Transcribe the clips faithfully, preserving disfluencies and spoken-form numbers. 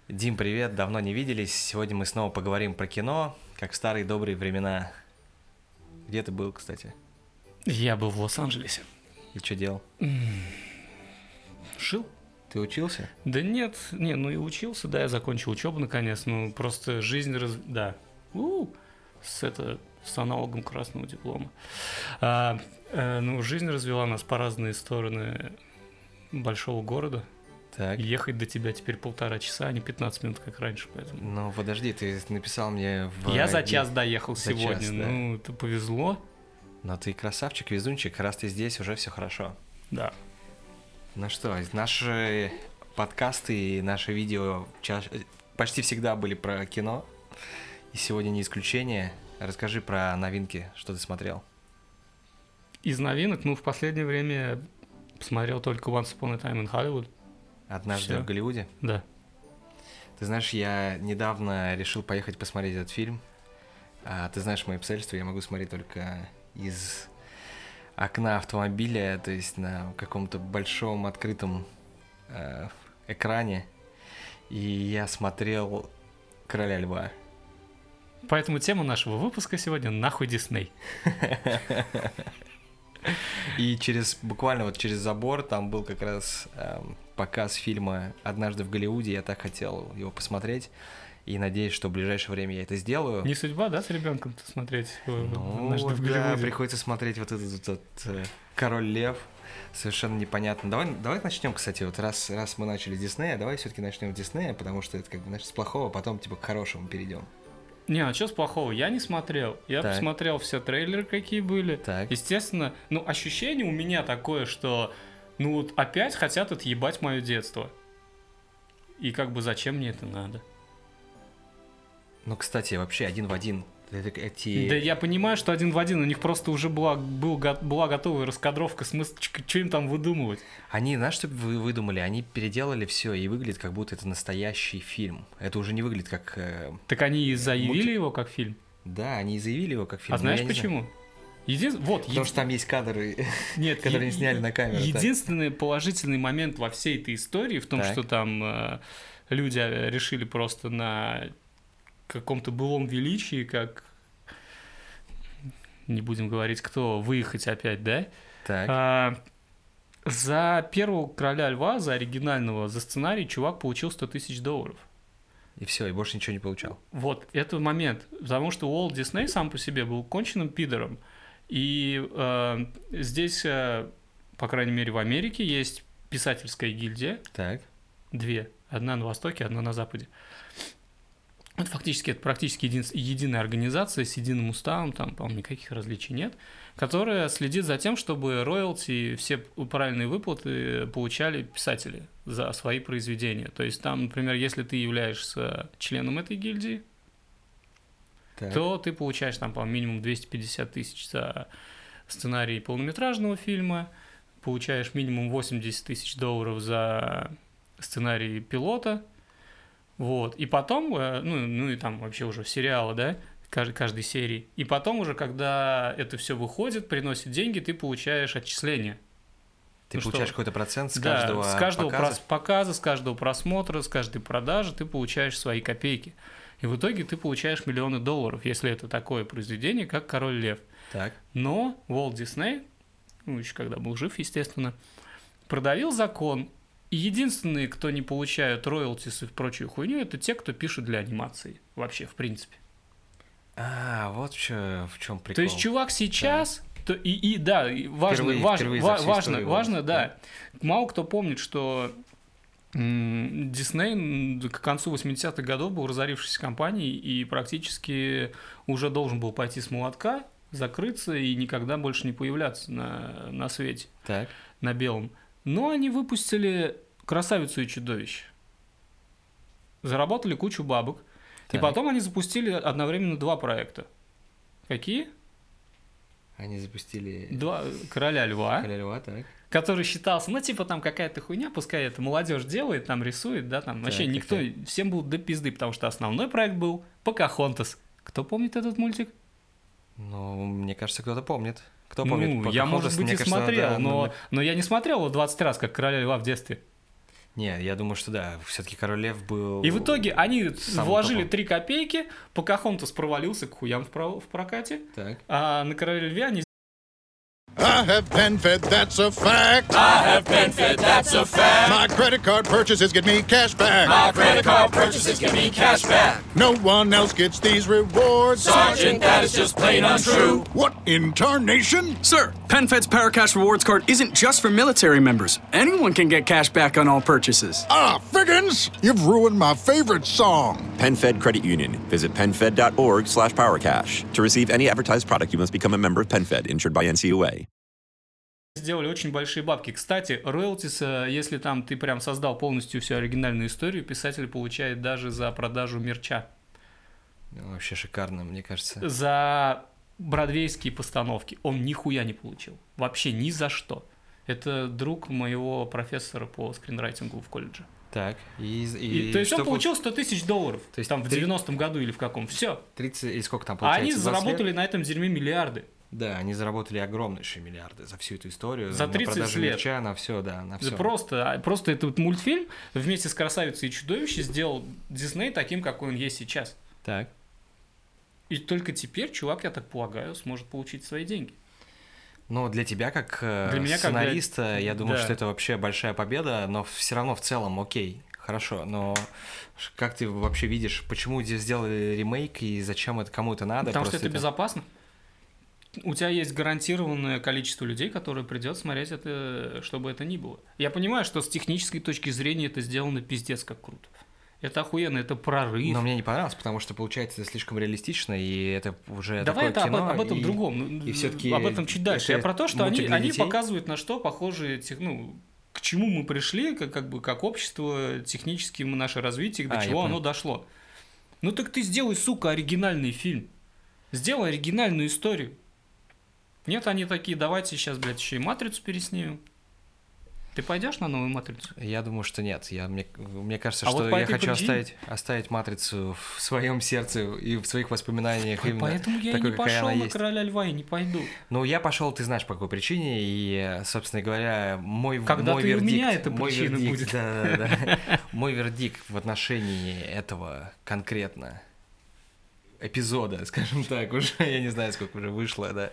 Дим, привет, давно не виделись. Сегодня мы снова поговорим про кино, как в старые добрые времена. Где ты был, кстати? Я был в Лос-Анджелесе. И что делал? Шил? Ты учился? Да нет, не, ну и учился, да, я закончил учебу наконец, ну просто жизнь раз... да, У, с это, с аналогом красного диплома. А, э, ну, жизнь развела нас по разные стороны большого города. Так. Ехать до тебя теперь полтора часа, а не пятнадцать минут, как раньше, поэтому... Ну, подожди, ты написал мне в... Я за час доехал За сегодня, час, да. ну, это повезло. Но ты красавчик, везунчик, раз ты здесь, уже все хорошо. Да. Ну что, наши подкасты и наши видео ча- почти всегда были про кино, и сегодня не исключение. Расскажи про новинки, что ты смотрел. Из новинок, ну, в последнее время я посмотрел только Once Upon a Time in Hollywood. «Однажды Всё. в Голливуде». Да. Ты знаешь, я недавно решил поехать посмотреть этот фильм. А, ты знаешь мои обстоятельства, я могу смотреть только из окна автомобиля, то есть на каком-то большом открытом э, экране. И я смотрел «Короля льва». Поэтому тема нашего выпуска сегодня «Нахуй Дисней». И через, буквально вот через забор там был как раз эм, показ фильма «Однажды в Голливуде». Я так хотел его посмотреть. И надеюсь, что в ближайшее время я это сделаю. Не судьба, да, с ребенком смотреть Ну, «Однажды в да, Голливуде»? приходится смотреть вот этот, этот э, «Король лев». Совершенно непонятно. Давай, давай начнем, кстати, вот раз, раз мы начали с Диснея, давай все-таки начнем с Диснея, потому что это как бы, знаешь, с плохого, потом типа к хорошему перейдем. Не, а что с плохого? Я не смотрел. Я Так. посмотрел все трейлеры, какие были. Так. Естественно, ну, ощущение у меня такое, что ну вот опять хотят отъебать мое детство. И как бы зачем мне это надо? Ну, кстати, вообще один в один. Это эти... Да я понимаю, что один в один, у них просто уже была, был, го- была готовая раскадровка, смысл, что им там выдумывать? Они, знаешь, что вы выдумали? Они переделали все и выглядит, как будто это настоящий фильм. Это уже не выглядит как... э, Так они и заявили мульти- его как фильм. Да, они и заявили его как фильм. А но знаешь я не знаю. почему? Един... Вот, Потому еди- что там есть кадры, Нет, которые е- не сняли на камеру. так. единственный положительный момент во всей этой истории в том, Так. что там э, люди э, решили просто на каком-то былом величии, как не будем говорить кто, выехать опять, да? Так. А, за первого «Короля льва», за оригинального, за сценарий чувак получил сто тысяч долларов. И все, и больше ничего не получал. Вот, это момент. Потому что Уолт Дисней сам по себе был конченным пидором. И э, здесь, э, по крайней мере, в Америке есть писательская гильдия. Так. Две. Одна на Востоке, одна на Западе. Это фактически, это практически един, единая организация с единым уставом, там, по-моему, никаких различий нет, которая следит за тем, чтобы роялти и все правильные выплаты получали писатели за свои произведения. То есть там, например, если ты являешься членом этой гильдии, Так. то ты получаешь там, по-моему, минимум двести пятьдесят тысяч за сценарий полнометражного фильма, получаешь минимум восемьдесят тысяч долларов за сценарий пилота, вот, и потом, э, ну, ну и там вообще уже сериалы, да, каждой, каждой серии, и потом уже, когда это все выходит, приносит деньги, ты получаешь отчисления. Ты Ну получаешь что? какой-то процент с Да, каждого, с каждого показа? прос- показа, с каждого просмотра, с каждой продажи ты получаешь свои копейки. И в итоге ты получаешь миллионы долларов, если это такое произведение, как «Король лев». Так. Но Уолт Дисней, ну, еще когда был жив, естественно, продавил закон. И единственные, кто не получают роялтис и прочую хуйню, это те, кто пишет для анимации. Вообще, в принципе. А, вот в чё- в чем прикол. То есть чувак сейчас... То, и, и да, и важно, Впервые- важно, впервые за ва- всю важно, историю важно, вот, да. Мало кто помнит, что м, Дисней м, к концу восьмидесятых годов был разорившейся компанией и практически уже должен был пойти с молотка, закрыться и никогда больше не появляться на, на свете, Так. на белом. Но они выпустили «Красавицу и чудовище». Заработали кучу бабок. И Так. потом они запустили одновременно два проекта. Какие? Они запустили Два «Короля льва», «Короля льва», так. который считался, ну, типа, там какая-то хуйня, пускай это молодежь делает, там рисует, да, там вообще Так, никто, так, всем был до пизды, потому что основной проект был «Покахонтас». Кто помнит этот мультик? Ну, мне кажется, кто-то помнит. Кто помнит? Ну, я, Покахонтас, может быть, мне и кажется, смотрел, надо- но, надо- но я не смотрел его двадцать раз, как «Короля льва» в детстве. Не, я думаю, что да, все-таки Король Лев был... И в итоге они самым вложили топом. три копейки, Покахонтас провалился к хуям в, про- в прокате, Так. а на Короле Льве они... I have PenFed, that's a fact. I have PenFed, that's a fact. My credit card purchases get me cash back. My credit card purchases give me cash back. No one else gets these rewards. Sergeant, that is just plain untrue. What in tarnation? Sir, PenFed's Paracash Rewards Card isn't just for military members. Anyone can get cash back on all purchases. Ah, Figgins, you've ruined my favorite song. PenFed Credit Union. Visit penfed.org slash powercash. To receive any advertised product, you must become a member of PenFed, insured by N C U A. Сделали очень большие бабки. Кстати, роялтис, если там ты прям создал полностью всю оригинальную историю, писатель получает даже за продажу мерча. Ну, вообще шикарно, мне кажется. За бродвейские постановки он нихуя не получил. Вообще ни за что. Это друг моего профессора по скринрайтингу в колледже. Так, и... И, и то есть он что получил сто тысяч долларов. То есть там в три- девяностом году или в каком. Все. тридцать... И сколько там А получается? они двадцать лет? заработали на этом дерьме миллиарды. Да, они заработали огромнейшие миллиарды за всю эту историю. За тридцать на продаже лет. мерча, на все, да, на все. Просто, просто этот мультфильм вместе с «Красавицей и чудовищем» сделал Дисней таким, какой он есть сейчас. Так. И только теперь чувак, я так полагаю, сможет получить свои деньги. Но для тебя, как э, Для меня, как для- сценариста, я думаю, Да. что это вообще большая победа, но все равно в целом окей, хорошо, но ш- как ты вообще видишь, почему здесь сделали ремейк и зачем это кому это надо? Потому что Просто это безопасно. У тебя есть гарантированное количество людей, которые придет смотреть это, чтобы это ни было. Я понимаю, что с технической точки зрения это сделано пиздец как круто. Это охуенно, это прорыв. Но мне не понравилось, потому что получается это слишком реалистично, и это уже Давай такое это об, кино, об этом и- другом. ну, и всё-таки об этом чуть дальше. это Я про то, что они, мультик для они детей. показывают, на что похожи, тех- ну, к чему мы пришли, как, как бы как общество, технически мы- наше развитие, до А, я чего понял. оно дошло. Ну так ты сделай, сука, оригинальный фильм. Сделай оригинальную историю. Нет, они такие, давайте сейчас, блядь, еще и «Матрицу» переснимем. Ты пойдешь на новую «Матрицу»? Я думаю, что нет. Я, мне, мне кажется, А что вот по я этой хочу причине- оставить, оставить «Матрицу» в своем сердце и в своих воспоминаниях. Ой, именно поэтому я и такой, не какая пошел она на есть. «Короля льва» и не пойду. Ну, я пошел, ты знаешь, по какой причине, и, собственно говоря, мой, Когда мой ты и у вердикт... меня эта мой причина вердикт, будет. Да, да, да. Мой вердикт в отношении этого конкретно эпизода, скажем так, уже, я не знаю, сколько уже вышло, да,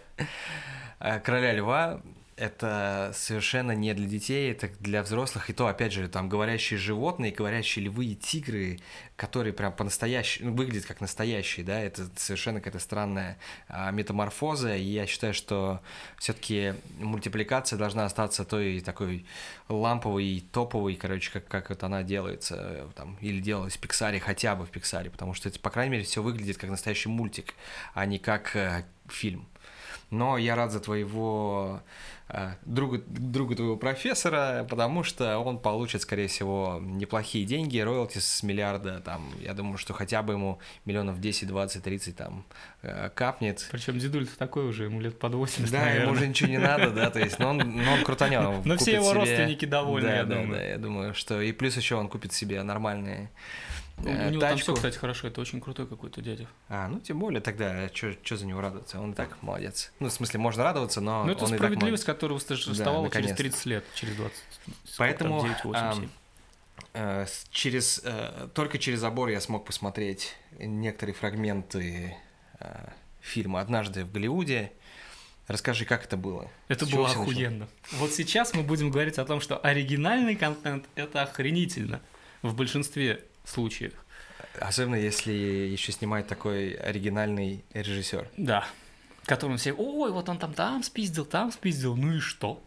а, «Короля льва» — это совершенно не для детей, это для взрослых, и то, опять же, там говорящие животные, говорящие львы и тигры, которые прям по-настоящему, ну, выглядят как настоящие, да, это совершенно какая-то странная а, метаморфоза, и я считаю, что все-таки мультипликация должна остаться той такой ламповой и топовой, короче, как, как вот она делается, э, там, или делалась в Пиксаре, хотя бы в Пиксаре, потому что это, по крайней мере, все выглядит как настоящий мультик, а не как э, фильм. Но я рад за твоего э, друга, друга твоего профессора, потому что он получит, скорее всего, неплохие деньги, роялти с миллиарда, там, я думаю, что хотя бы ему миллионов десять, двадцать, тридцать там э, капнет. Причем дедуль-то такой уже, ему лет под восемьдесят, Да, наверное. ему уже ничего не надо, да, то есть, но он, но он крутанет. он Но все купит его себе- родственники довольны, да, я да, думаю. Да, я думаю, что и плюс еще он купит себе нормальные У э, него там тачку. все, кстати, хорошо, это очень крутой какой-то дядя. А, ну тем более тогда, что за него радоваться? Он и так молодец. Ну, в смысле, можно радоваться, но Ну, это он и так справедливость, молодец. которая Да, вставала через наконец-то. тридцать лет, через двадцать. Поэтому девять, восемь, ам, семь. э, с- через, э, только через забор я смог посмотреть некоторые фрагменты э, фильма «Однажды в Голливуде». Расскажи, как это было? Это С чего было всё началось? охуенно. Вот сейчас мы будем говорить о том, что оригинальный контент — это охренительно в большинстве случаев. Особенно если еще снимает такой оригинальный режиссер. Да. Которым все, ой, вот он там там спиздил, там спиздил, ну и что?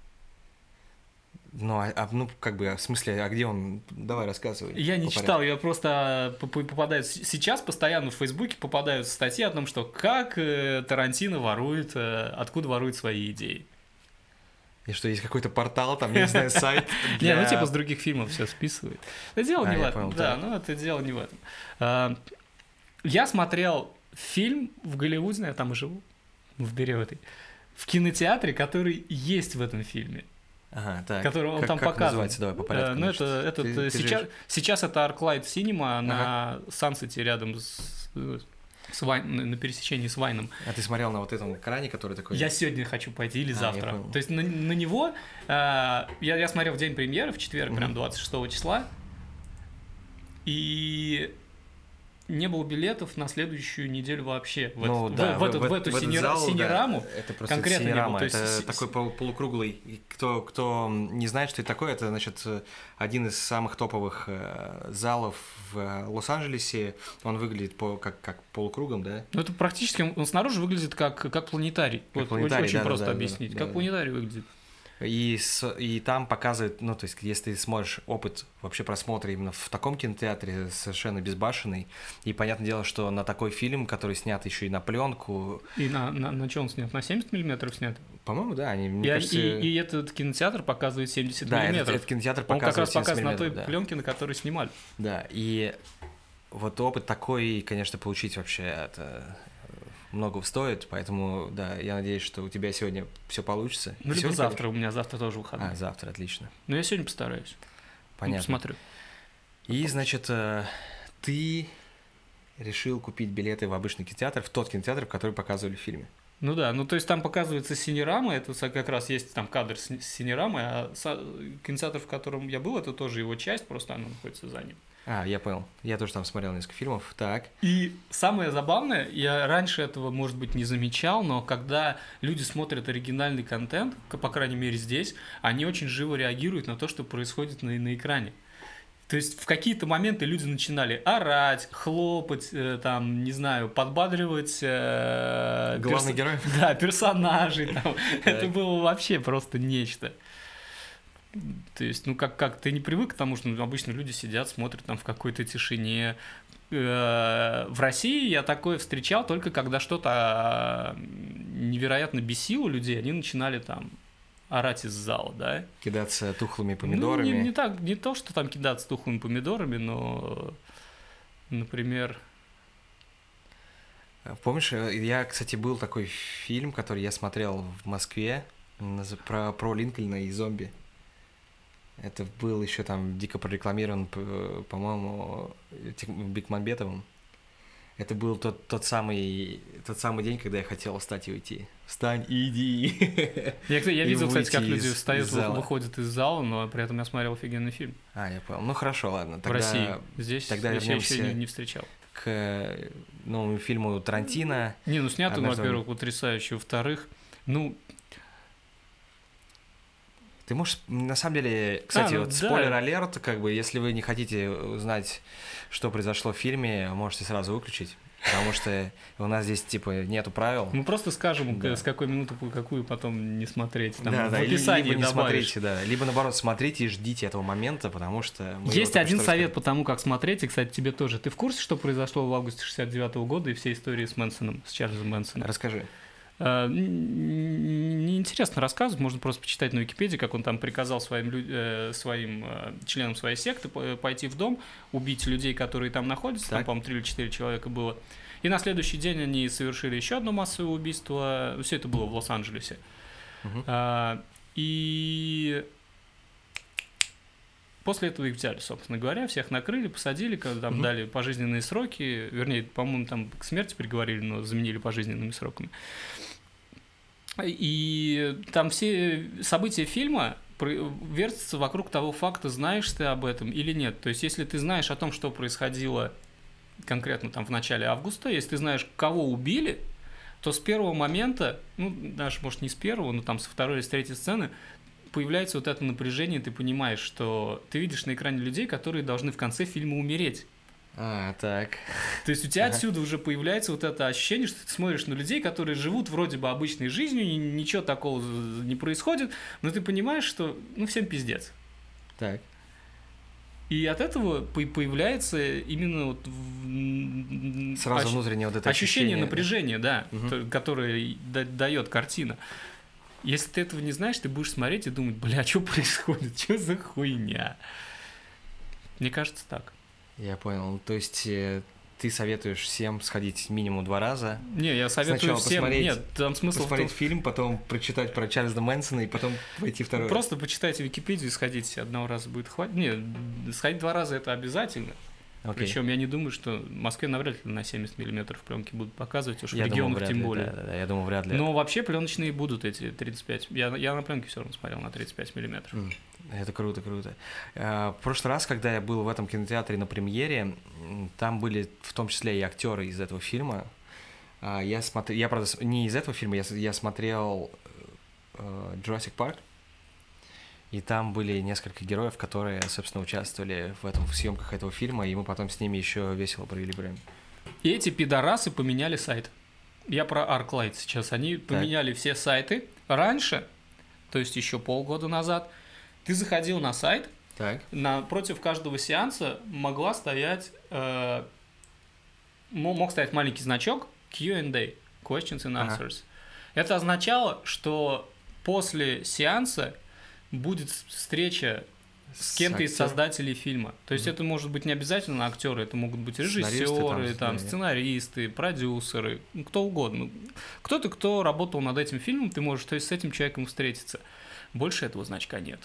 Ну, а, а, ну, как бы, в смысле, а где он? Давай, рассказывай. Я не по читал, я просто п- п- попадают с- сейчас постоянно в Фейсбуке попадают статьи о том, что как э, Тарантино ворует, э, откуда ворует свои идеи. И что, есть какой-то портал, там, я не знаю, сайт Не, для... ну типа с других фильмов все списывает. Это дело А, не в я этом. понял, Да, так. ну это дело не в этом. А, Я смотрел фильм в Голливуде, я там и живу, в Береговой, в кинотеатре, который есть в этом фильме. Ага, так. Который он как, там как показан. называется? Давай по порядку. Э, Ну, это, значит. этот, Ты- э, ты сейчас, живешь- сейчас это Arclight Cinema на Сансете рядом с... э, с Вайн, на пересечении с Вайном. А ты смотрел на вот этом экране, который такой... Я сегодня хочу пойти или А, завтра. я понял. То есть на, на него... э, я, я смотрел в день премьеры, в четверг, Мгм. прям двадцать шестого числа. И... не было билетов на следующую неделю вообще. В, Ну, этот- да, в, в, этот- в эту этот синера- зал, да, синераму. это просто конкретно не синерама, было. То есть это с- такой с- пол- полукруглый. И Кто, кто не знает, что это такое, это, значит, один из самых топовых э, залов в э, Лос-Анджелесе. Он выглядит по, как, как полукругом, да? Ну, это практически, он, он снаружи выглядит как, как планетарий. Как Вот планетарий, очень да, просто да, да, объяснить. да, как да. планетарий выглядит. И, с, и там показывают, ну, то есть, если ты сможешь опыт вообще просмотра именно в таком кинотеатре, совершенно безбашенный, и понятное дело, что на такой фильм, который снят еще и на пленку, И на, на, на чем он снят? На семьдесят миллиметров снят? по-моему, да, они, мне И, кажется... и, и этот кинотеатр показывает семьдесят да, этот, миллиметров. этот кинотеатр Он как раз показывает показан семьдесят на той миллиметров, да. пленке, на которой снимали. Да, и вот опыт такой, конечно, получить вообще это много стоит, поэтому, да, я надеюсь, что у тебя сегодня все получится. Ну, либо Сегодня, завтра, у меня завтра тоже конечно? выходной. А, завтра, отлично. Но я сегодня постараюсь. Ну, Понятно. посмотрю. И, значит, э, ты решил купить билеты в обычный кинотеатр, в тот кинотеатр, в который показывали в фильме. Ну да, ну то есть там показывается синерама, это са- как раз есть там кадр с с синерамой, а са- кинотеатр, в котором я был, это тоже его часть, просто она находится за ним. А, я понял. Я тоже там смотрел несколько фильмов. Так. И самое забавное, я раньше этого, может быть, не замечал, но когда люди смотрят оригинальный контент, к- по крайней мере здесь, они очень живо реагируют на то, что происходит на, на экране. То есть в какие-то моменты люди начинали орать, хлопать, э, там, не знаю, подбадривать... э, Главных перс- героев? Да, персонажей. Там. Это было вообще просто нечто. То есть, ну, как, как ты не привык к тому, что ну, обычно люди сидят, смотрят там в какой-то тишине. Э, В России я такое встречал только когда что-то а, невероятно бесило людей, они начинали там орать из зала, да? Кидаться тухлыми помидорами. Ну, не, не так, не то, что там кидаться тухлыми помидорами, но, например... Помнишь, э, я, кстати, был такой фильм, который я смотрел в Москве, наз- про, про Линкольна и зомби. Это был еще там дико прорекламирован, п- по-моему, Тик- Бекмамбетовым. Это был тот, тот, самый, тот самый день, когда я хотел встать и уйти. Встань и иди. Я, я И видел, кстати, как выйти люди из- встают, из зала. выходят из зала, но при этом я смотрел офигенный фильм. А, я понял. Ну хорошо, ладно. В Тогда России. Здесь тогда я еще вернемся не, не встречал. к новому фильму Тарантино. Не, ну снято, ну, Однажды он- во-первых, потрясающе. Во-вторых, ну, Ты можешь, на самом деле, кстати, ну вот да. спойлер-алерт, как бы, если вы не хотите узнать, что произошло в фильме, можете сразу выключить, потому что у нас здесь, типа, нету правил. мы просто скажем, Да. с какой минуты по какую потом не смотреть. Там Да, в да, или- описании либо не добавишь. смотрите, да, либо наоборот смотрите и ждите этого момента, потому что мы Есть его только один что совет рассказали. по тому, как смотреть, и, кстати, тебе тоже. Ты в курсе, что произошло в августе шестьдесят девятого года и всей истории с Мэнсоном, с Чарльзом Мэнсоном? Расскажи. Э, н- Неинтересно рассказывать, можно просто почитать на Википедии, как он там приказал своим, лю- э, своим э, членам своей секты по- пойти в дом, убить людей, которые там находятся, там, Так. по-моему, три или четыре человека было. И на следующий день они совершили еще одно массовое убийство. Все это было в Лос-Анджелесе. Мгм. А, и после этого их взяли, собственно говоря, всех накрыли, посадили, когда там Мгм. дали пожизненные сроки, вернее, по-моему, там к смерти приговорили, но заменили пожизненными сроками. И там все события фильма про- вертятся вокруг того факта, знаешь ты об этом или нет. То есть, если ты знаешь о том, что происходило конкретно там в начале августа, если ты знаешь, кого убили, то с первого момента, ну, даже, может, не с первого, но там со второй или с третьей сцены, появляется вот это напряжение, ты понимаешь, что ты видишь на экране людей, которые должны в конце фильма умереть. А, так. То есть у тебя Ага. отсюда уже появляется вот это ощущение, что ты смотришь на людей, которые живут вроде бы обычной жизнью, ни- ничего такого не происходит, но ты понимаешь, что ну всем пиздец. Так. И от этого по- появляется именно вот в- м, Сразу ощ- внутреннее вот это ощущение ощущение. напряжения, да, Мгм. то- которое да- дает картина. Если ты этого не знаешь, ты будешь смотреть и думать, бля, что происходит, что за хуйня? Мне кажется, так. Я понял. То есть э, ты советуешь всем сходить минимум два раза, Не, я советую Сначала всем. посмотреть- Нет, там смысл в том, посмотреть фильм, потом прочитать про Чарльза Мэнсона и потом пойти второй раз. просто почитайте Википедию и сходите. Одного раза будет хватит. Не, сходить два раза это обязательно. Okay. Причем я не думаю, что в Москве навряд ли на семьдесят миллиметров пленки будут показывать, уж я в регионах думаю, тем ли, более. Да, да, я думаю, вряд ли. Но вообще пленочные будут эти тридцать пять. Я, я на пленке все равно смотрел на тридцать пять миллиметров. Mm. Это круто, круто. В прошлый раз, когда я был в этом кинотеатре на премьере, там были в том числе и актеры из этого фильма. Я смотрел, я, правда, не из этого фильма, я, я смотрел Jurassic Park, и там были несколько героев, которые, собственно, участвовали в, этом, в съемках этого фильма, и мы потом с ними еще весело провели время. И эти пидорасы поменяли сайт. Я про ArcLight сейчас. Они так. поменяли все сайты. Раньше, то есть еще полгода назад, ты заходил на сайт, так. напротив каждого сеанса могла стоять, э, мог стоять маленький значок кью энд эй, Questions and Answers. Ага. Это означало, что после сеанса будет встреча с кем-то из создателей фильма. То есть mm-hmm. это может быть не обязательно актеры, это могут быть режиссеры, там, там, сценаристы, продюсеры, кто угодно. Кто-то, кто работал над этим фильмом, ты можешь то есть, с этим человеком встретиться. Больше этого значка нет.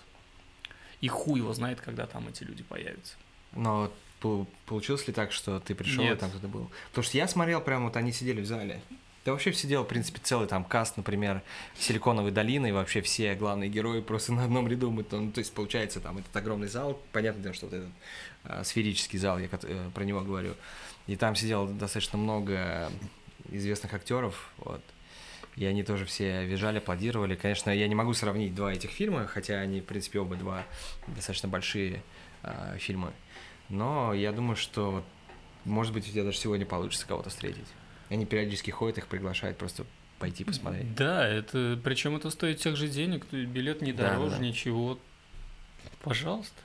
И хуй его знает, когда там эти люди появятся. Но получилось ли так, что ты пришел и там кто-то был? Потому что я смотрел, прям вот они сидели в зале. Да вообще сидел, в принципе, целый там каст, например, Силиконовой долины, и вообще все главные герои просто на одном ряду. Мы, ну, то есть, получается, там этот огромный зал, понятно, что вот этот а, сферический зал, я э, про него говорю, и там сидело достаточно много известных актеров, вот, и они тоже все визжали, аплодировали. Конечно, я не могу сравнить два этих фильма, хотя они, в принципе, оба два достаточно большие а, фильмы, но я думаю, что, может быть, у тебя даже сегодня получится кого-то встретить. Они периодически ходят, их приглашают просто пойти посмотреть. Да, это причем это стоит тех же денег, билет не дороже, да, да, ничего. Пожалуйста.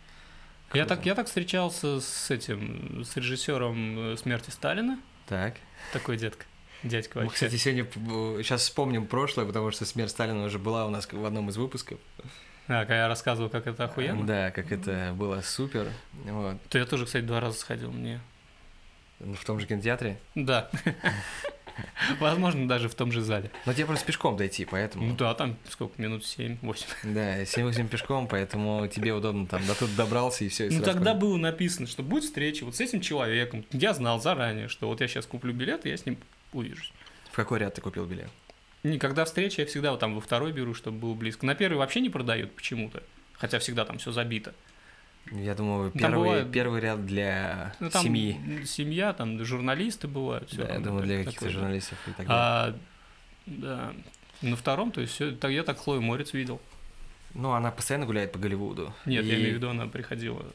Я так, я так встречался с этим, с режиссером «Смерти Сталина». Так. Такой детка. Дядька вообще. Мы, кстати, сегодня сейчас вспомним прошлое, потому что «Смерть Сталина» уже была у нас в одном из выпусков. А, когда я рассказывал, как это охуенно? Да, как это было супер. Вот. То я тоже, кстати, два раза сходил, мне... В том же кинотеатре? Да. Возможно, даже в том же зале. Но тебе просто пешком дойти, поэтому... Ну да, там сколько, минут семь-восемь. Да, семь-восемь пешком, поэтому тебе удобно там до тут добрался и все. Ну тогда было написано, что будет встреча вот с этим человеком. Я знал заранее, что вот я сейчас куплю билет, и я с ним увижусь. В какой ряд ты купил билет? Никогда встреча, я всегда вот там во второй беру, чтобы было близко. На первый вообще не продают почему-то, хотя всегда там все забито. Я думаю, первый, бывает... первый ряд для ну, там семьи. Семья, там журналисты бывают. Все да, я думаю, для каких-то такое, журналистов и так далее. А, да. На втором, то есть, все, я так Хлою Морец видел. Ну, она постоянно гуляет по Голливуду. Нет, и... я имею в виду, она приходила...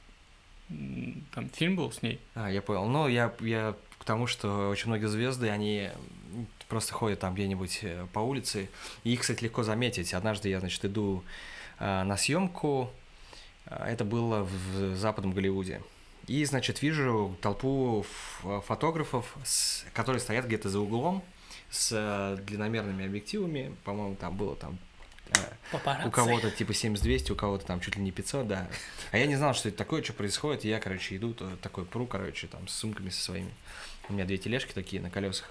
Там фильм был с ней. А, я понял. Ну, я, я к тому, что очень многие звезды, они просто ходят там где-нибудь по улице. И их, кстати, легко заметить. Однажды я, значит, иду а, на съемку. Это было в Западном Голливуде. И, значит, вижу толпу фотографов, которые стоят где-то за углом с длинномерными объективами. По-моему, там было там Папарацци. У кого-то типа семьдесят двести, у кого-то там чуть ли не пятьсот, да. А я не знал, что это такое, что происходит. И я, короче, иду, такой пру, короче, там с сумками со своими. У меня две тележки такие на колесах.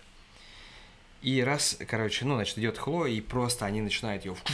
И раз, короче, ну, значит, идет Хлоя, и просто они начинают ее...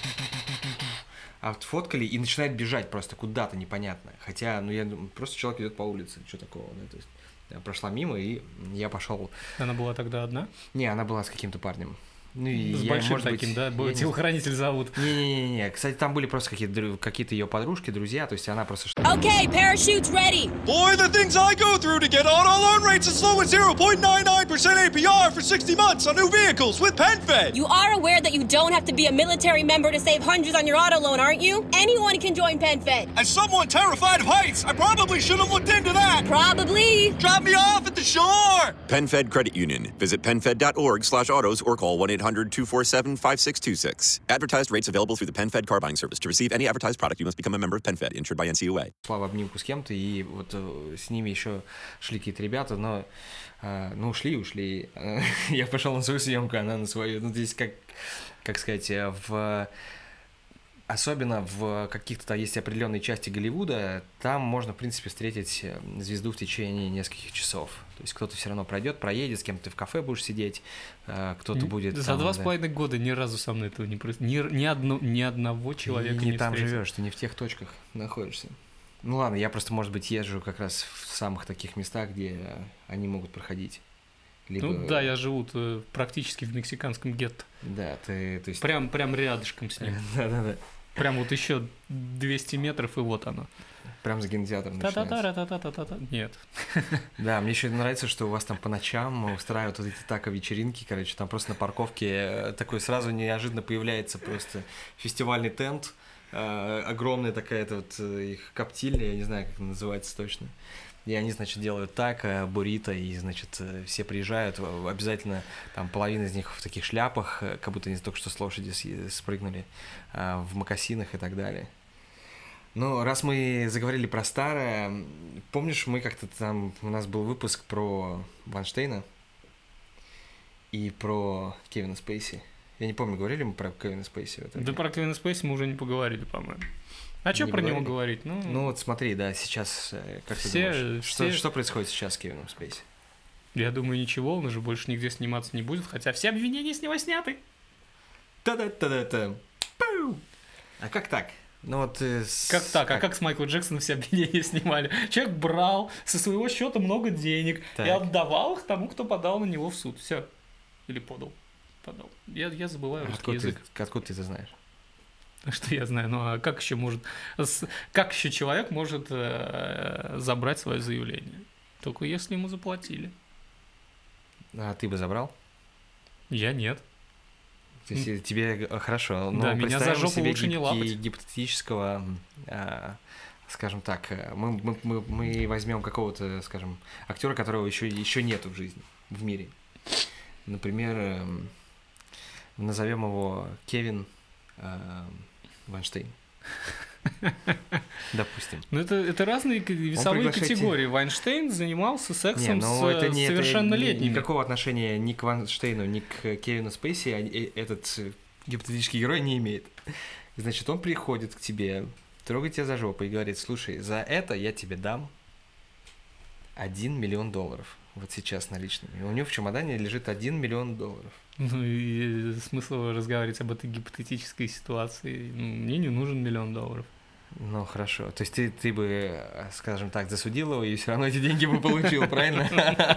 отфоткали и начинает бежать просто куда-то непонятно. Хотя, ну, я думаю, просто человек идет по улице, что такого, да, то есть я прошла мимо, и я пошел. Она была тогда одна? Не, она была с каким-то парнем. Ну, и с я, большим может таким, быть, да? Не... Телохранитель зовут. Не-не-не, кстати, там были просто какие-то, какие-то ее подружки, друзья, то есть она просто... Okay, parachutes ready! Boy, the things I go through to get auto loan rates as low as zero point nine nine percent A P R for sixty months on new vehicles with PenFed! You are aware that you don't have to be a military member to save hundreds on your auto loan, aren't you? Anyone can join PenFed. As someone terrified of heights, I probably should have looked into that! Probably! Drop me off at the shore! PenFed Credit Union. Visit penfed.org slash autos or call one eight hundred two four seven five six two six. Advertised rates available through the PenFed car buying service. To receive any advertised product, you must become a member of PenFed, insured by Н Си Ю Эй. Шла в обнимку с кем-то, и вот с ними еще шли какие-то ребята, но, ну, ушли, ушли. Я пошел на свою съемку, она на свою. Ну, здесь, как, как сказать, в... Особенно в каких-то есть определенные части Голливуда, там можно, в принципе, встретить звезду в течение нескольких часов. То есть кто-то все равно пройдет, проедет, с кем-то ты в кафе будешь сидеть, кто-то будет... За два с половиной года ни разу со мной этого не происходит. Ни, ни, одно, ни одного человека ты не, не там встретил. живешь, ты не в тех точках находишься. Ну ладно, я просто, может быть, езжу как раз в самых таких местах, где они могут проходить. Либо... Ну да, я живу практически в мексиканском гетто. Да, ты, то есть... Прям, прям рядышком с ним. Да-да-да. Прям вот еще двести метров, и вот оно. Прям за кинотеатром начинается. Та-та-та-та-та-та-та. Нет. Да, мне еще нравится, что у вас там по ночам устраивают вот эти тако-вечеринки, короче, там просто на парковке такой сразу неожиданно появляется просто фестивальный тент, огромная такая-то вот их коптильня, я не знаю, как она называется точно. И они, значит, делают тако, буррито, и, значит, все приезжают, обязательно там половина из них в таких шляпах, как будто они только что с лошади спрыгнули, в мокасинах и так далее. Ну, раз мы заговорили про старое, помнишь, мы как-то там, у нас был выпуск про Вайнштейна и про Кевина Спейси. Я не помню, говорили мы про Кевина Спейси? В да про Кевина Спейси мы уже не поговорили, по-моему. А что про него говорить? Ну, ну вот смотри, да, сейчас, как все, ты думаешь, все... Что, что происходит сейчас с Кевином Спейси? Я думаю, ничего, он уже больше нигде сниматься не будет, хотя все обвинения с него сняты. Та-да-та-да-та. А как так? Ну вот, э, с... Как так? А как с Майкла Джексона все обвинения снимали? Человек брал со своего счета много денег так. и отдавал их тому, кто подал на него в суд. Все. Или подал. Подал. Я, я забываю русский откуда язык. Ты, откуда ты это знаешь? Что я знаю? Ну а как еще может... Как еще человек может э, забрать свое заявление? Только если ему заплатили. А ты бы забрал? Я нет. То есть тебе хорошо, но да, меня за жопу себе лучше не лапать. Гипотетического, а, скажем так, мы, мы, мы, мы возьмем какого-то, скажем, актера, которого еще, еще нету в жизни, в мире. Например, назовем его Кевин а, Вайнштейн. Допустим. Ну, это, это разные весовые категории. Вайнштейн занимался сексом не, с это не, совершеннолетними. Это никакого отношения ни к Вайнштейну, ни к Кевину Спейси этот гипотетический герой не имеет. Значит, он приходит к тебе, трогает тебя за жопу и говорит: слушай, за это я тебе дам один миллион долларов. Вот сейчас наличными. И у него в чемодане лежит один миллион долларов. Ну и смысл разговаривать об этой гипотетической ситуации. Ну, мне не нужен миллион долларов. Ну хорошо. То есть ты, ты бы, скажем так, засудил его и все равно эти деньги бы получил, правильно?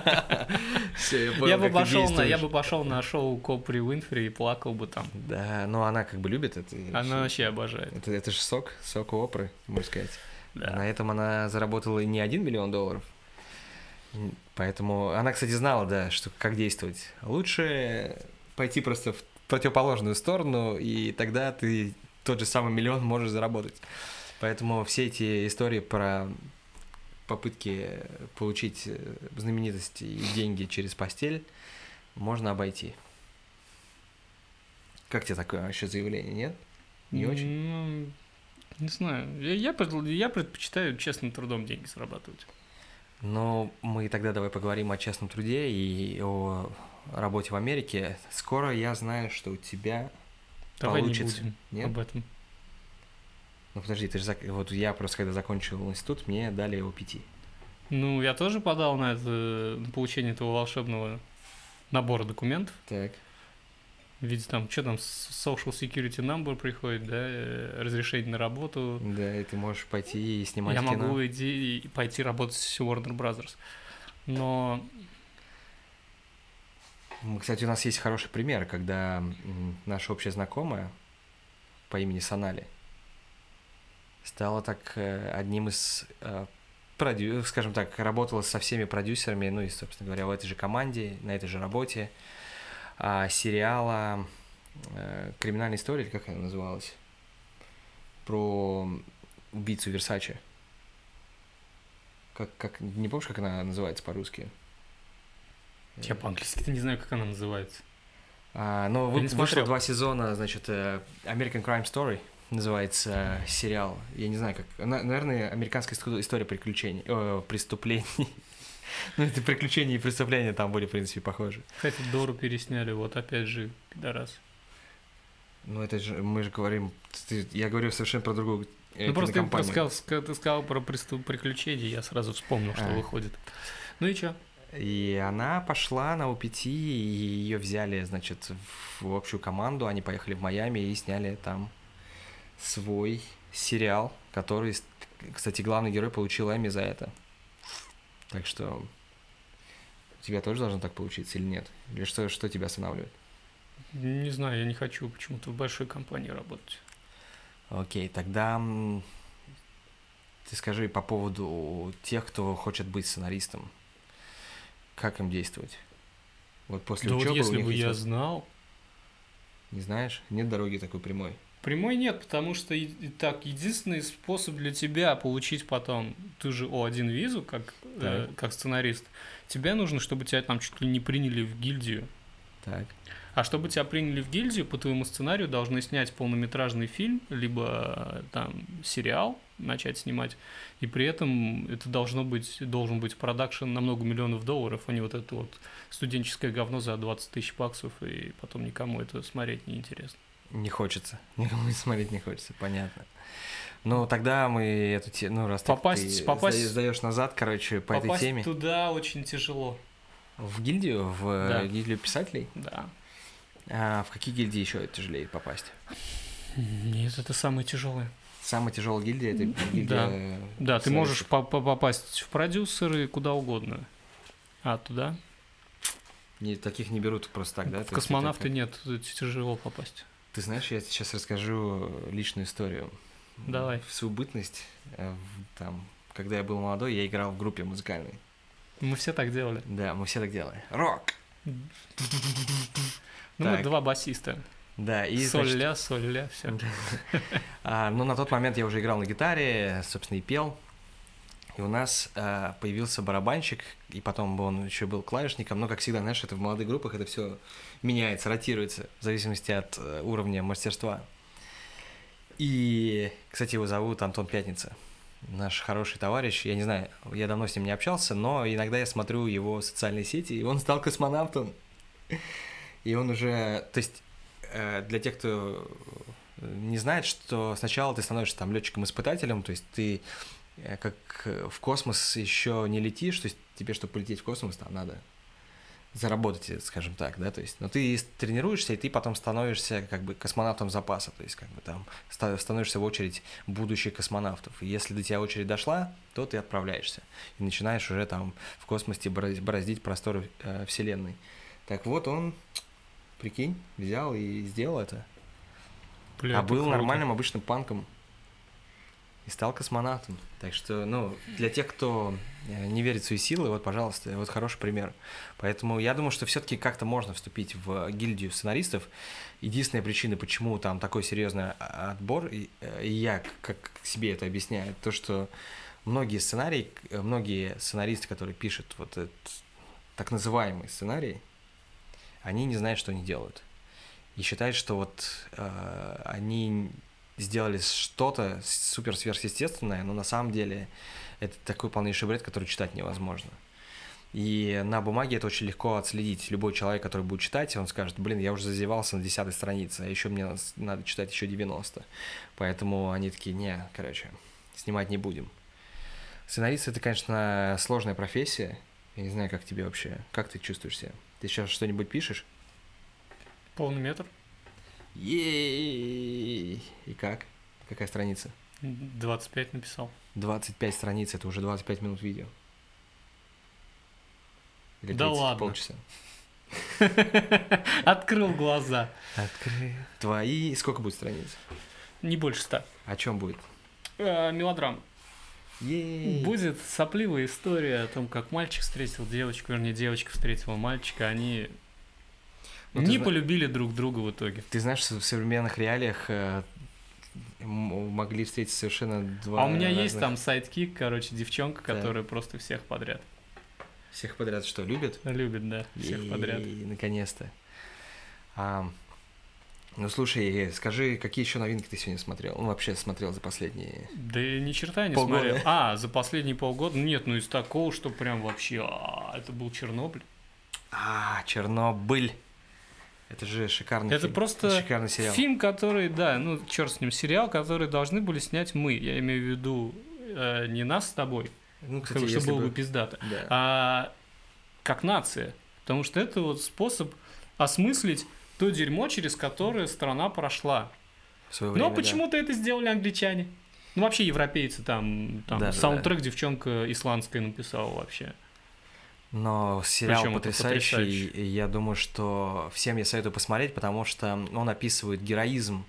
Я бы пошел на, я бы пошел на шоу Копри Уинфри и плакал бы там. Да, но она как бы любит это. Она вообще обожает. Это, это же сок, сок у Опры, можно сказать. Да. На этом она заработала не один миллион долларов. Поэтому она, кстати, знала, да, что как действовать. Лучше пойти просто в противоположную сторону, и тогда ты тот же самый миллион можешь заработать. Поэтому все эти истории про попытки получить знаменитость и деньги через постель можно обойти. Как тебе такое вообще заявление, нет? Не очень? Ну, не знаю. Я, я, я предпочитаю честным трудом деньги зарабатывать. Но мы тогда давай поговорим о честном труде и о работе в Америке. Скоро я знаю, что у тебя давай получится. Не будем Нет? об этом. Ну подожди, ты же зак... вот я просто когда закончил институт, мне дали о пять. Ну, я тоже подал на это, на получение этого волшебного набора документов. Так. В виде там, что там, social security number приходит, да, разрешение на работу. Да, и ты можешь пойти и снимать я кино. Я могу идти и пойти работать с Warner Brothers. Но... Кстати, у нас есть хороший пример, когда наша общая знакомая по имени Сонали стала так одним из, продю... скажем так, работала со всеми продюсерами, ну и, собственно говоря, в этой же команде, на этой же работе, сериала «Криминальная история», или как она называлась, про убийцу Версаче. Как, как, не помнишь, как она называется по-русски? Я по-английски не знаю, как она называется. А, ну, вы, вышло два сезона, значит, American Crime Story называется сериал. Я не знаю, как... Наверное, американская история приключений, о, преступлений. Ну, это приключения и преступления там были, в принципе, похожи. Кстати, Дору пересняли, вот опять же, пидорас. Ну, это же, мы же говорим... Я говорю совершенно про другую э, Ну, просто ты сказал, ты сказал про преступ, приключения, я сразу вспомнил, что а. выходит. Ну и чё? И она пошла на о пять, и ее взяли, значит, в общую команду, они поехали в Майами и сняли там свой сериал, который кстати, главный герой получил Эмми за это. Так что у тебя тоже должно так получиться или нет? Или что, что тебя останавливает? Не знаю, я не хочу почему-то в большой компании работать. Окей, тогда ты скажи по поводу тех, кто хочет быть сценаристом. Как им действовать? Вот после да учебы вот если у них бы есть я вот- знал... Не знаешь? Нет дороги такой прямой. Прямой нет, потому что и, и так единственный способ для тебя получить потом ту же О один визу, как, э, Так. как сценарист, тебе нужно, чтобы тебя там чуть ли не приняли в гильдию. Так. А чтобы тебя приняли в гильдию, по твоему сценарию должны снять полнометражный фильм, либо э, там сериал начать снимать, и при этом это должно быть, должен быть продакшн на много миллионов долларов, а не вот это вот студенческое говно за двадцать тысяч баксов, и потом никому это смотреть не интересно. Не хочется. Никому смотреть не хочется, понятно. Ну, тогда мы эту тему, ну, раз так Попасть- ты попасть- сда- сдаешь назад, короче, по этой Попасть теме. туда очень тяжело. В гильдию? В Да. э, гильдию писателей? Да. А в какие гильдии еще тяжелее попасть? Нет, это самое тяжелое. Самая тяжелая гильдия — это гильдия... Да. э, Да, ты сценаристов. можешь по- по- попасть в продюсеры куда угодно. А туда? Не, таких не берут просто так, да? В То есть космонавты это как- нет, тут тяжело попасть. Ты знаешь, я сейчас расскажу личную историю. Давай. В свою бытность, э, в- там, когда я был молодой, я играл в группе музыкальной. Мы все так делали. Да, мы все так делали. Рок! Ну, мы Так. два басиста. Да, и, соль, значит, ля, соль, ля, все. а, ну, на тот момент я уже играл на гитаре, собственно, и пел. И у нас а, появился барабанщик, и потом он еще был клавишником. Но, как всегда, знаешь, это в молодых группах это все меняется, ротируется, в зависимости от э, уровня мастерства. И, кстати, его зовут Антон Пятница. Наш хороший товарищ. Я не знаю, я давно с ним не общался, но иногда я смотрю его социальные сети, и он стал космонавтом. И он уже... То есть, э, для тех, кто не знает, что сначала ты становишься там летчиком-испытателем, то есть ты э, как в космос еще не летишь, то есть тебе, чтобы полететь в космос, там надо заработать, скажем так, да, то есть, но ты тренируешься, и ты потом становишься как бы космонавтом запаса, то есть как бы там ста- становишься в очередь будущих космонавтов, и если до тебя очередь дошла, то ты отправляешься и начинаешь уже там в космосе бороздить, бороздить просторы э, Вселенной. Так вот он, прикинь, взял и сделал это, Бля, а это был круто. нормальным обычным панком и стал космонавтом. Так что, ну, для тех, кто э, не верит в свои силы, вот, пожалуйста, вот хороший пример. Поэтому я думаю, что все-таки как-то можно вступить в гильдию сценаристов. Единственная причина, почему там такой серьезный а- отбор, и, э, и я как себе это объясняю, то, что многие сценарии, э, многие сценаристы, которые пишут вот этот так называемый сценарий, они не знают, что они делают. И считают, что вот э, они сделали что-то супер сверхъестественное, но на самом деле это такой полнейший бред, который читать невозможно. И на бумаге это очень легко отследить. Любой человек, который будет читать, он скажет: блин, я уже зазевался на десятой странице, а еще мне надо, надо читать еще девяносто. Поэтому они такие: не, короче, снимать не будем. Сценарист — это, конечно, сложная профессия. Я не знаю, как тебе вообще, как ты чувствуешь себя? Ты сейчас что-нибудь пишешь? Полный метр. Ей! И как? Какая страница? двадцать пять написал. двадцать пять страниц — это уже двадцать пять минут видео. Или Да тридцать, ладно. полчаса. Открыл глаза. Открыл. Твои... Сколько будет страниц? Не больше ста. О чем будет? Э, мелодрама. Ей! Будет сопливая история о том, как мальчик встретил девочку, вернее, девочка встретила мальчика, они Ну, ты не зна- полюбили друг друга в итоге. Ты знаешь, что в современных реалиях э, м- могли встретиться совершенно два А у меня есть разных- там сайдкик, короче, девчонка, Так. которая просто всех подряд Всех подряд что, любят? любит, да, всех Ей, подряд. наконец-то. А, ну, слушай, скажи, какие еще новинки ты сегодня смотрел? Ну, вообще смотрел за последние... Да и ни черта не Полгода. смотрел. А, за последние полгода? Нет, ну из такого, что прям вообще, а, это был Чернобыль. А, Чернобыль. Это же шикарный Это фильм. просто шикарный сериал. фильм, который, да, ну черт с ним, сериал, который должны были снять мы. Я имею в виду э, не нас с тобой, Ну, как бы, чтобы если было бы пиздато, Да. а как нация. Потому что это вот способ осмыслить то дерьмо, через которое страна прошла. В своё Но время, да. почему-то это сделали англичане. Ну, вообще европейцы там, там да, саундтрек да. девчонка исландская написала вообще. Но сериал Причем потрясающий, потрясающий. и я думаю, что всем я советую посмотреть, потому что он описывает героизм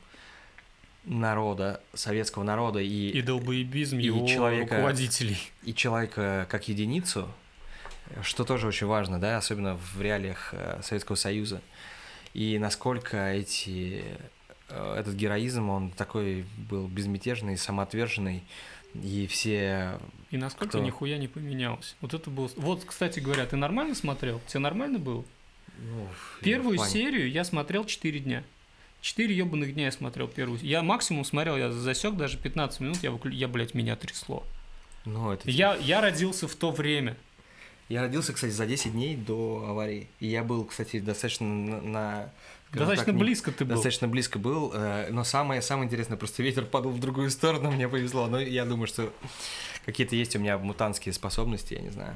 народа, советского народа и, И долбоебизм и его человека, руководителей. и человека как единицу, что тоже очень важно, да, особенно в реалиях Советского Союза. И насколько эти, этот героизм, он такой был безмятежный, самоотверженный, и все... И насколько кто... нихуя не поменялось. Вот это было... Вот, кстати говоря, ты нормально смотрел? Тебе нормально было? Ну, Первую в плане... серию я смотрел четыре дня. Четыре ебаных дня я смотрел первую. Я максимум смотрел, я засек даже пятнадцать минут, я, выклю... я блядь, меня трясло. Ну, это... Я, я родился в то время. Я родился, кстати, за десять дней до аварии. И я был, кстати, достаточно на... на достаточно так, близко ты был. Достаточно близко был. Но самое, самое интересное, просто ветер подул в другую сторону, мне повезло. Но я думаю, что какие-то есть у меня мутантские способности, я не знаю.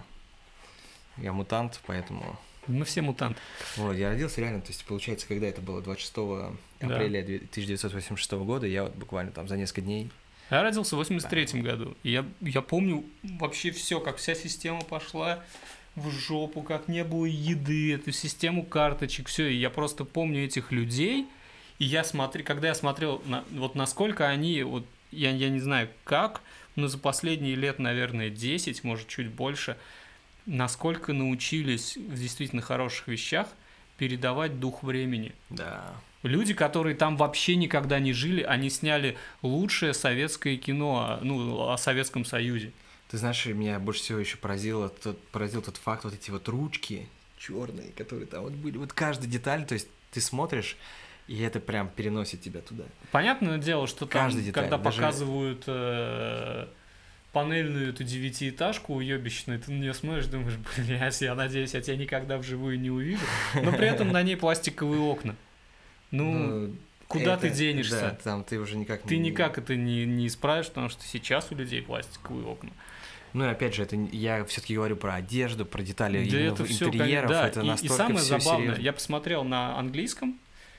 Я мутант, поэтому... Мы все мутанты. Вот, я родился реально, то есть, получается, когда это было? двадцать шестого апреля тысяча девятьсот восемьдесят шестого года, я вот буквально там за несколько дней... Я родился в восемьдесят третьем году. И я, я помню вообще все, как вся система пошла в жопу, как не было еды, эту систему карточек, все. И я просто помню этих людей. И я смотрю, когда я смотрел, на, вот насколько они, вот я, я не знаю как, но за последние лет, наверное, десять, может, чуть больше, насколько научились в действительно хороших вещах передавать дух времени. Да. Люди, которые там вообще никогда не жили, они сняли лучшее советское кино, ну, о Советском Союзе. Ты знаешь, меня больше всего еще поразило тот, поразил тот факт, вот эти вот ручки черные, которые там вот были, вот каждая деталь, то есть ты смотришь, и это прям переносит тебя туда. Понятное дело, что там, Каждая деталь, когда даже... показывают э, панельную эту девятиэтажку уебищную, ты на нее смотришь, думаешь, блядь, я надеюсь, я тебя никогда вживую не увижу, но при этом на ней пластиковые окна. Ну, ну, куда это, ты денешься? Да, там ты уже никак ты не... никак это не, не исправишь, потому что сейчас у людей пластиковые окна. Ну и опять же, это я все-таки говорю про одежду, про детали да именно это все, интерьеров, да. это и, настолько и самое все забавное, серьезно. Я посмотрел на английском.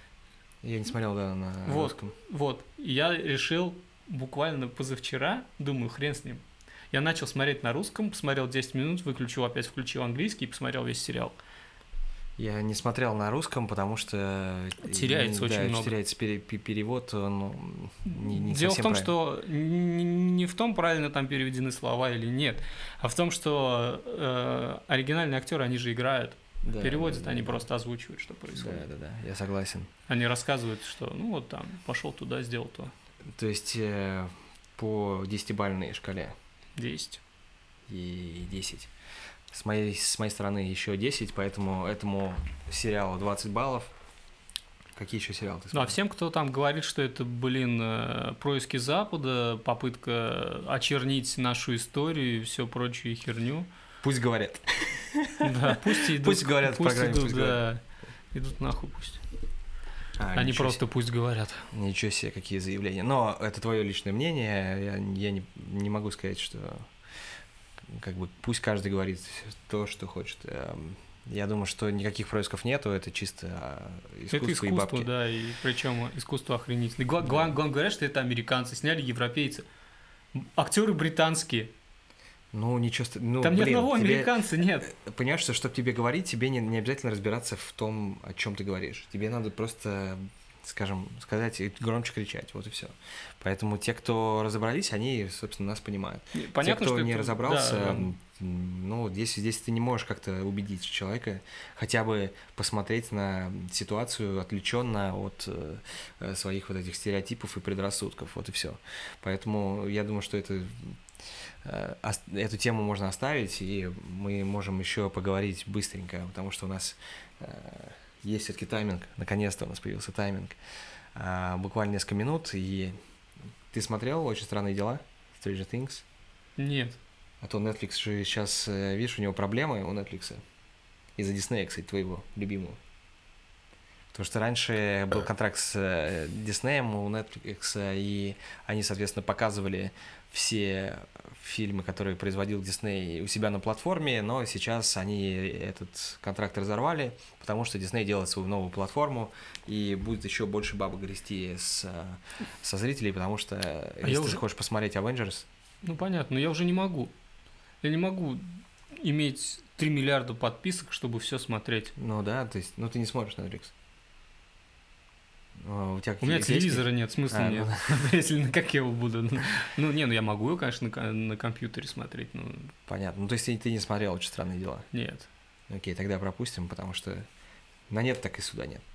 Я не смотрел, да, на вот, русском. Вот, я решил буквально позавчера, думаю, хрен с ним. Я начал смотреть на русском, посмотрел десять минут, выключил, опять включил английский и посмотрел весь сериал. Я не смотрел на русском, потому что... Теряется да, очень много. Теряется пере- перевод, ну, не, не Дело в том, правильно. что не в том, правильно там переведены слова или нет, а в том, что э, оригинальные актеры, они же играют. Да, переводят, да, они да. просто озвучивают, что происходит. Да, да, да, я согласен. Они рассказывают, что ну вот там, пошел туда, сделал то. То есть э, по десятибалльной шкале? десять. И десять. С моей, с моей стороны еще десять, поэтому этому сериалу двадцать баллов. Какие еще сериалы ты смотрел? Ну, а всем, кто там говорит, что это, блин, происки Запада, попытка очернить нашу историю и все прочую херню. Пусть говорят. Да, пусть идут. Пусть говорят в программе, идут, пусть да, говорят. Идут нахуй пусть. А, Они просто себе. Пусть говорят. Ничего себе, какие заявления. Но это твое личное мнение, я, я не, не могу сказать, что... Как бы пусть каждый говорит то, что хочет. Я думаю, что никаких происков нету, это чисто искусство, это искусство и бабки. Да, и причем искусство охренительное. Главное, главное, главное говорят, что это американцы, сняли европейцы. Актеры британские. Ну, ничего... Ну, там блин, ни одного тебе... американца нет. Понимаешь, что, чтобы тебе говорить, тебе не, не обязательно разбираться в том, о чем ты говоришь. Тебе надо просто, скажем, сказать и громче кричать, вот и все. Поэтому те, кто разобрались, они, собственно, нас понимают. Понятно, те, кто что не это... разобрался, да, ну, здесь, здесь ты не можешь как-то убедить человека, хотя бы посмотреть на ситуацию отвлеченно от э, своих вот этих стереотипов и предрассудков, вот и все. Поэтому я думаю, что это... Эту тему можно оставить, и мы можем еще поговорить быстренько, потому что у нас э, есть все-таки тайминг, наконец-то у нас появился тайминг. Э, буквально несколько минут, и ты смотрел «Очень странные дела» Stranger Things? Нет. А то Netflix же сейчас, видишь, у него проблемы у Netflix из-за Disney, кстати, твоего любимого. Потому что раньше был контракт с Disney у Netflix, и они, соответственно, показывали все фильмы, которые производил Disney у себя на платформе, но сейчас они этот контракт разорвали, потому что Disney делает свою новую платформу, и будет еще больше бабок грести с, со зрителей, потому что а если ты уже... хочешь посмотреть Avengers... Ну, понятно, но я уже не могу. Я не могу иметь три миллиарда подписок, чтобы все смотреть. Ну да, то есть, ну ты не смотришь Netflix. У, тебя у меня телевизора нет, смысла а, нет. Ну... Если как я его буду? Ну, не, ну я могу его, конечно, на, на компьютере смотреть. Но... Понятно. Ну, то есть ты не смотрел «Очень странные дела»? Нет. Окей, тогда пропустим, потому что на нет так и сюда нет.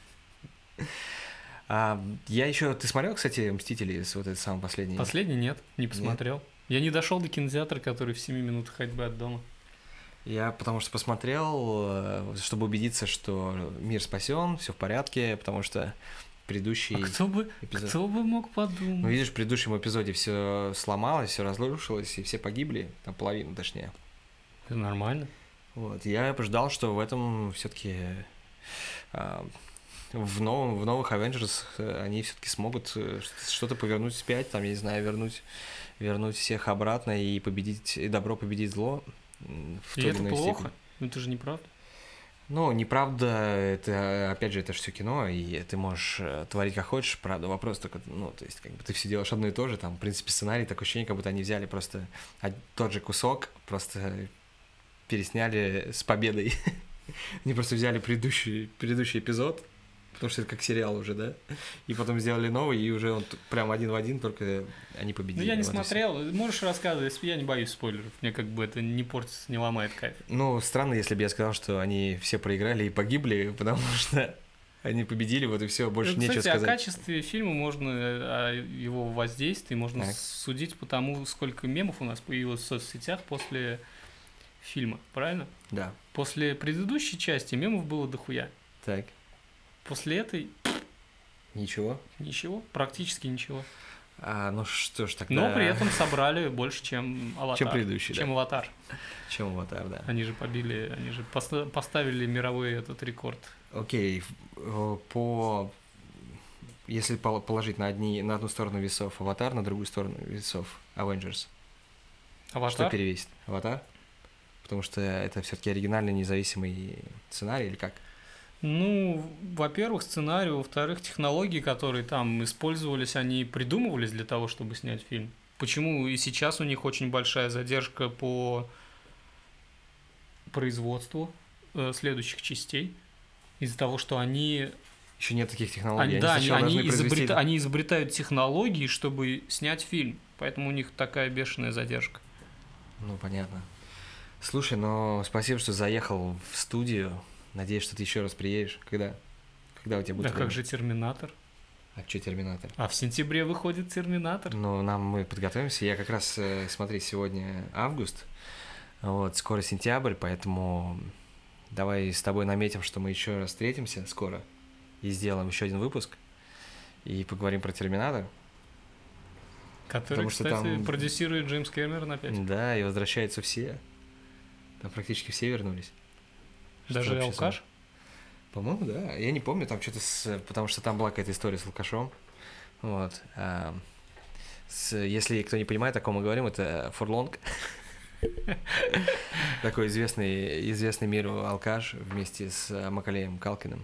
а, я еще... Ты смотрел, кстати, «Мстители» с вот этой самой последней? Последний нет, не посмотрел. Нет? Я не дошел до кинотеатра, который в семи минутах ходьбы от дома. Я потому что посмотрел, чтобы убедиться, что мир спасен, все в порядке, потому что предыдущий а кто бы, эпизод... кто бы мог подумать? Ну, видишь, в предыдущем эпизоде все сломалось, все разрушилось, и все погибли, там половина точнее. Это нормально. Вот, я ждал, что в этом все-таки а, в, новом, в новых Avengers они все-таки смогут что-то повернуть вспять, там, я не знаю, вернуть, вернуть всех обратно и победить, и добро победить зло. В и это плохо? Степени. Ну это же неправда. Ну, неправда, это, опять же, это же все кино, и ты можешь творить как хочешь, правда, вопрос только, ну, то есть, как бы ты все делаешь одно и то же, там, в принципе, сценарий, такое ощущение, как будто они взяли просто тот же кусок, просто пересняли с победой. Они просто взяли предыдущий, предыдущий эпизод, потому что это как сериал уже, да, и потом сделали новый, и уже он прям один в один, только они победили. Ну, я не вот смотрел, можешь рассказывать, я не боюсь спойлеров, мне как бы это не портится, не ломает кайф. Ну, странно, если бы я сказал, что они все проиграли и погибли, потому что они победили, вот и все, больше ну, нечего кстати, сказать. О качестве фильма можно, о его воздействии можно так. судить по тому, сколько мемов у нас появилось в соцсетях после фильма, правильно? Да. После предыдущей части мемов было дохуя. Так. После этой... Ничего? Ничего, практически ничего. А, ну что ж тогда... Но при этом собрали больше, чем «Аватар». Чем предыдущий, Чем да. «Аватар». Чем «Аватар», да. Они же побили, они же поставили мировой этот рекорд. Окей, по... Если положить на, одни... на одну сторону весов «Аватар», на другую сторону весов «Avengers». «Аватар»? Что перевесит? «Аватар»? Потому что это все-таки оригинальный независимый сценарий или как? Ну, во-первых, сценарий, во-вторых, технологии, которые там использовались, они придумывались для того, чтобы снять фильм. Почему и сейчас у них очень большая задержка по производству э, следующих частей? Из-за того, что они... Еще нет таких технологий. Они, да, они, они, изобрета... они изобретают технологии, чтобы снять фильм. Поэтому у них такая бешеная задержка. Ну, понятно. Слушай, ну, спасибо, что заехал в студию. Надеюсь, что ты еще раз приедешь. Когда? Когда у тебя будет Да время? Как же «Терминатор»? А что «Терминатор»? А в сентябре выходит «Терминатор». Ну, нам мы подготовимся. Я как раз, смотри, сегодня август, вот, скоро сентябрь, поэтому давай с тобой наметим, что мы еще раз встретимся скоро и сделаем еще один выпуск и поговорим про «Терминатор». Который, Потому кстати, там... продюсирует Джеймс Кэмерон опять. Да, и возвращаются все. Там практически все вернулись. Даже алкаш? По-моему, да. Я не помню, там что-то с... Потому что там была какая-то история с алкашом. Вот. А... С... Если кто не понимает, о ком мы говорим, это Фурлонг. Такой известный, известный миру алкаш вместе с Макалеем Калкиным.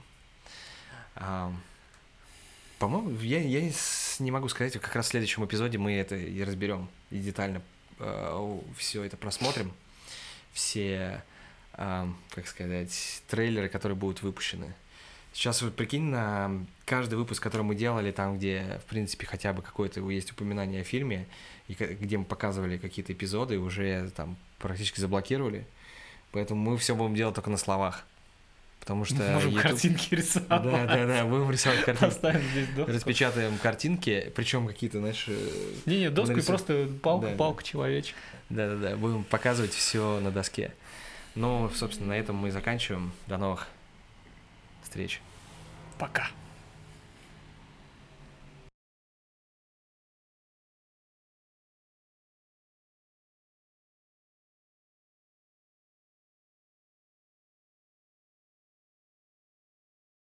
По-моему, я, я не могу сказать, как раз в следующем эпизоде мы это и разберем, и детально все это просмотрим. Все... Uh, как сказать, трейлеры, которые будут выпущены. Сейчас вот прикинь, на каждый выпуск, который мы делали, там, где, в принципе, хотя бы какое-то есть упоминание о фильме, и где мы показывали какие-то эпизоды, уже там практически заблокировали. Поэтому мы все будем делать только на словах. Потому что... Можем YouTube... картинки рисовать. Да, да, да, будем рисовать картинки. Оставим здесь доску. Распечатаем картинки, причем какие-то, знаешь... Не-не, доску нарисов... и просто палка, да, палка, да. Человечек. Да-да-да, будем показывать все на доске. Ну, собственно, на этом мы заканчиваем. До новых встреч. Пока.